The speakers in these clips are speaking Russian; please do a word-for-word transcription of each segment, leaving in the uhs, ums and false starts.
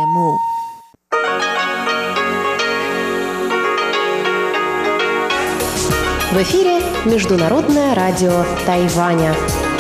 В эфире Международное радио Тайваня.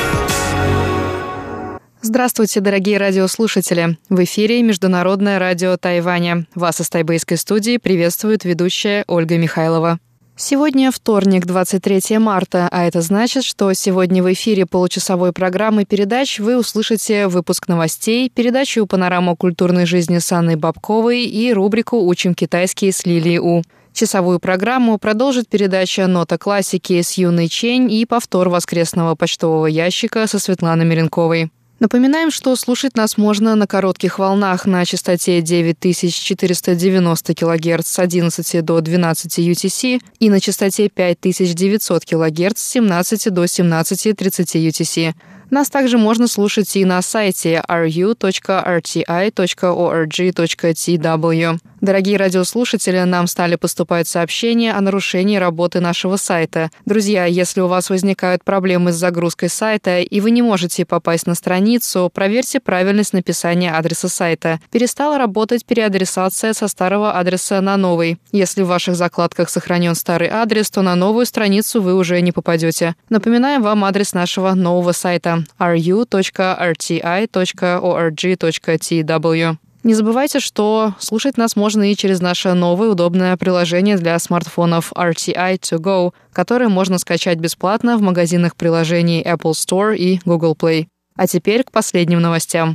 Здравствуйте, дорогие радиослушатели! В эфире Международное радио Тайваня. Вас из тайбэйской студии приветствует ведущая Ольга Михайлова. Сегодня вторник, двадцать третьего марта, а это значит, что сегодня в эфире получасовой программы передач вы услышите выпуск новостей, передачу «Панорама культурной жизни» с Анной Бабковой и рубрику «Учим китайский» с Лилией У. Часовую программу продолжит передача «Нота классики» с Юной Чень и повтор воскресного почтового ящика со Светланой Меренковой. Напоминаем, что слушать нас можно на коротких волнах на частоте девять тысяч четыреста девяносто килогерц с одиннадцати до двенадцати ю ти си и на частоте пять тысяч девятьсот килогерц с семнадцати до семнадцати тридцати ю ти си. Нас также можно слушать и на сайте ар ю точка эр ти ай точка орг точка ти дабл ю. Дорогие радиослушатели, нам стали поступать сообщения о нарушении работы нашего сайта. Друзья, если у вас возникают проблемы с загрузкой сайта и вы не можете попасть на страницу, проверьте правильность написания адреса сайта. Перестала работать переадресация со старого адреса на новый. Если в ваших закладках сохранен старый адрес, то на новую страницу вы уже не попадете. Напоминаем вам адрес нашего нового сайта ар ю точка эр ти ай точка орг точка ти дабл ю. Не забывайте, что слушать нас можно и через наше новое удобное приложение для смартфонов ар ти ай to go, которое можно скачать бесплатно в магазинах приложений Apple Store и Google Play. А теперь к последним новостям.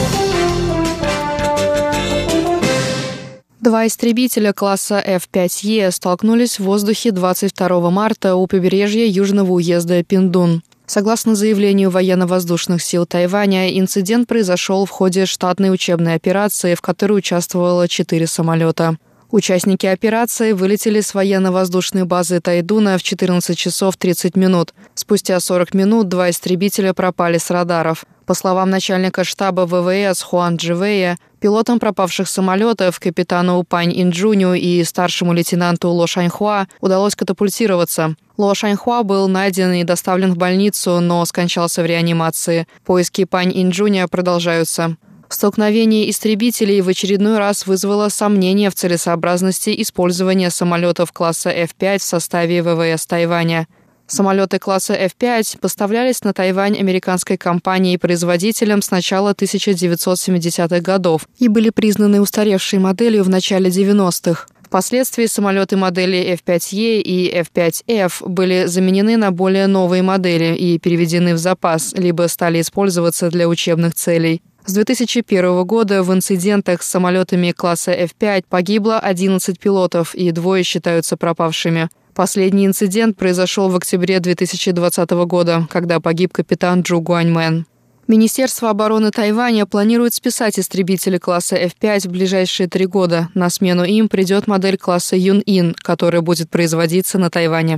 Два истребителя класса эф пять е столкнулись в воздухе двадцать второго марта у побережья южного уезда Пиндун. Согласно заявлению военно-воздушных сил Тайваня, инцидент произошел в ходе штатной учебной операции, в которой участвовало четыре самолета. Участники операции вылетели с военно-воздушной базы Тайдуна в четырнадцать часов тридцать минут. Спустя сорок минут два истребителя пропали с радаров. По словам начальника штаба вэ вэ эс Хуан Дживэя, пилотам пропавших самолетов, капитану Пань Инджуню и старшему лейтенанту Ло Шаньхуа удалось катапультироваться. Ло Шаньхуа был найден и доставлен в больницу, но скончался в реанимации. Поиски Пань Инджуня продолжаются. Столкновение истребителей в очередной раз вызвало сомнения в целесообразности использования самолетов класса эф пять в составе вэ вэ эс Тайваня. Самолеты класса эф пять поставлялись на Тайвань американской компанией-производителем с начала тысяча девятьсот семидесятых годов и были признаны устаревшей моделью в начале девяностых. Впоследствии самолеты модели эф пять е и эф пять эф были заменены на более новые модели и переведены в запас, либо стали использоваться для учебных целей. С две тысячи первого года в инцидентах с самолетами класса эф пять погибло одиннадцать пилотов, и двое считаются пропавшими. Последний инцидент произошел в октябре две тысячи двадцатого года, когда погиб капитан Джу Гуаньмэн. Министерство обороны Тайваня планирует списать истребители класса эф пять в ближайшие три года. На смену им придет модель класса Юн-Ин, которая будет производиться на Тайване.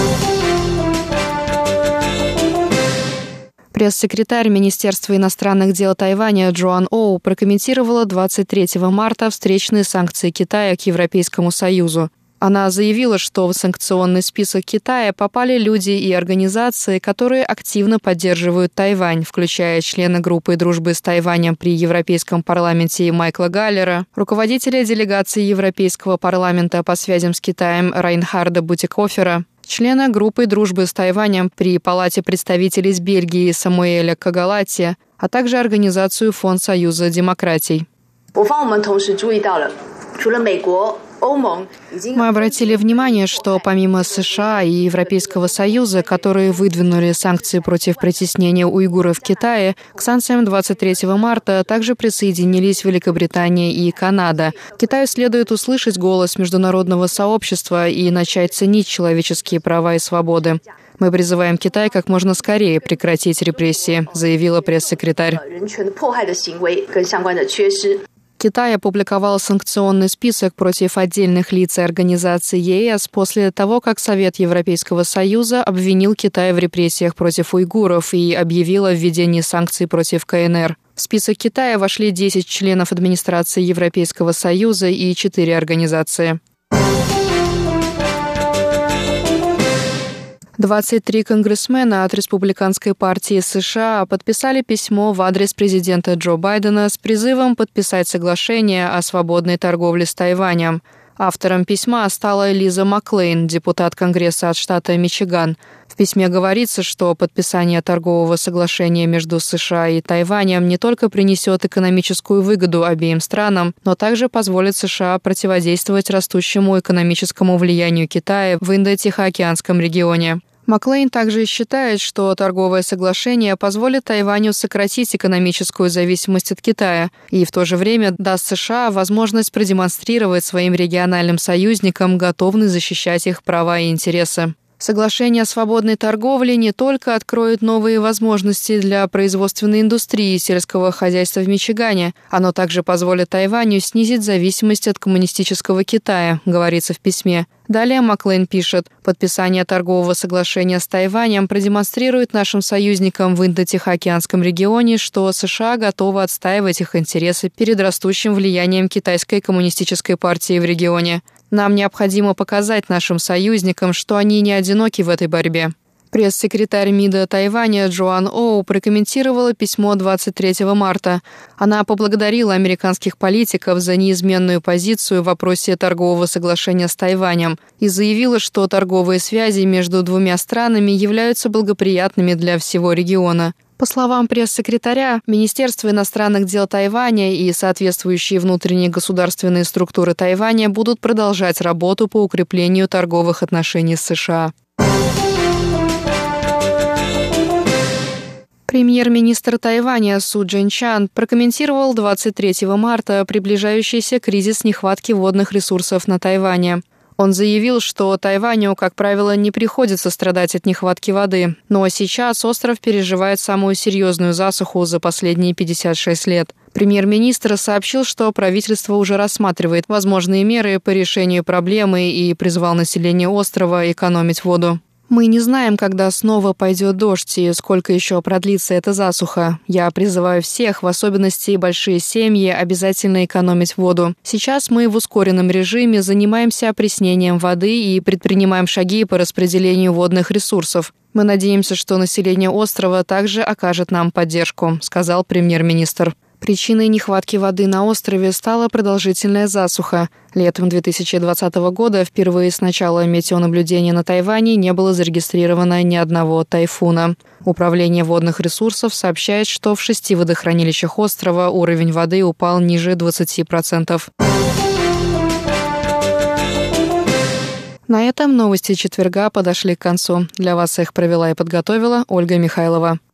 Пресс-секретарь Министерства иностранных дел Тайваня Джоан Оу прокомментировала двадцать третьего марта встречные санкции Китая к Европейскому Союзу. Она заявила, что в санкционный список Китая попали люди и организации, которые активно поддерживают Тайвань, включая члена группы дружбы с Тайванем при Европейском парламенте Майкла Галлера, руководителя делегации Европейского парламента по связям с Китаем Райнхарда Бутикофера, члена группы дружбы с Тайванем при Палате представителей с Бельгии Самуэля Кагалати, а также организацию Фонд Союза демократий. Мы обратили внимание, что помимо США и Европейского Союза, которые выдвинули санкции против притеснения уйгуров в Китае, к санкциям двадцать третьего марта также присоединились Великобритания и Канада. Китаю следует услышать голос международного сообщества и начать ценить человеческие права и свободы. Мы призываем Китай как можно скорее прекратить репрессии, заявила пресс-секретарь. Китай опубликовал санкционный список против отдельных лиц и организаций е эс после того, как Совет Европейского Союза обвинил Китай в репрессиях против уйгуров и объявил о введении санкций против ка эн эр. В список Китая вошли десять членов администрации Европейского Союза и четыре организации. двадцать три конгрессмена от Республиканской партии США подписали письмо в адрес президента Джо Байдена с призывом подписать соглашение о свободной торговле с Тайванем. Автором письма стала Лиза Маклейн, депутат Конгресса от штата Мичиган. В письме говорится, что подписание торгового соглашения между США и Тайванем не только принесет экономическую выгоду обеим странам, но также позволит США противодействовать растущему экономическому влиянию Китая в Индо-Тихоокеанском регионе. Маклейн также считает, что торговое соглашение позволит Тайваню сократить экономическую зависимость от Китая и в то же время даст США возможность продемонстрировать своим региональным союзникам готовность защищать их права и интересы. Соглашение о свободной торговле не только откроет новые возможности для производственной индустрии сельского хозяйства в Мичигане, оно также позволит Тайваню снизить зависимость от коммунистического Китая, говорится в письме. Далее Маклейн пишет: «Подписание торгового соглашения с Тайванем продемонстрирует нашим союзникам в Индо-Тихоокеанском регионе, что США готовы отстаивать их интересы перед растущим влиянием китайской коммунистической партии в регионе. Нам необходимо показать нашим союзникам, что они не одиноки в этой борьбе». Пресс-секретарь МИДа Тайваня Джоан Оу прокомментировала письмо двадцать третьего марта. Она поблагодарила американских политиков за неизменную позицию в вопросе торгового соглашения с Тайванем и заявила, что торговые связи между двумя странами являются благоприятными для всего региона. По словам пресс-секретаря, Министерство иностранных дел Тайваня и соответствующие внутренние государственные структуры Тайваня будут продолжать работу по укреплению торговых отношений с США. Премьер-министр Тайваня Су Чжэньчан прокомментировал двадцать третьего марта приближающийся кризис нехватки водных ресурсов на Тайване. Он заявил, что Тайваню, как правило, не приходится страдать от нехватки воды, но сейчас остров переживает самую серьезную засуху за последние пятьдесят шесть лет. Премьер-министр сообщил, что правительство уже рассматривает возможные меры по решению проблемы и призвал население острова экономить воду. «Мы не знаем, когда снова пойдет дождь и сколько еще продлится эта засуха. Я призываю всех, в особенности большие семьи, обязательно экономить воду. Сейчас мы в ускоренном режиме занимаемся опреснением воды и предпринимаем шаги по распределению водных ресурсов. Мы надеемся, что население острова также окажет нам поддержку», — сказал премьер-министр. Причиной нехватки воды на острове стала продолжительная засуха. Летом две тысячи двадцатого года впервые с начала метеонаблюдения на Тайване не было зарегистрировано ни одного тайфуна. Управление водных ресурсов сообщает, что в шести водохранилищах острова уровень воды упал ниже двадцати процентов. На этом новости четверга подошли к концу. Для вас их провела и подготовила Ольга Михайлова.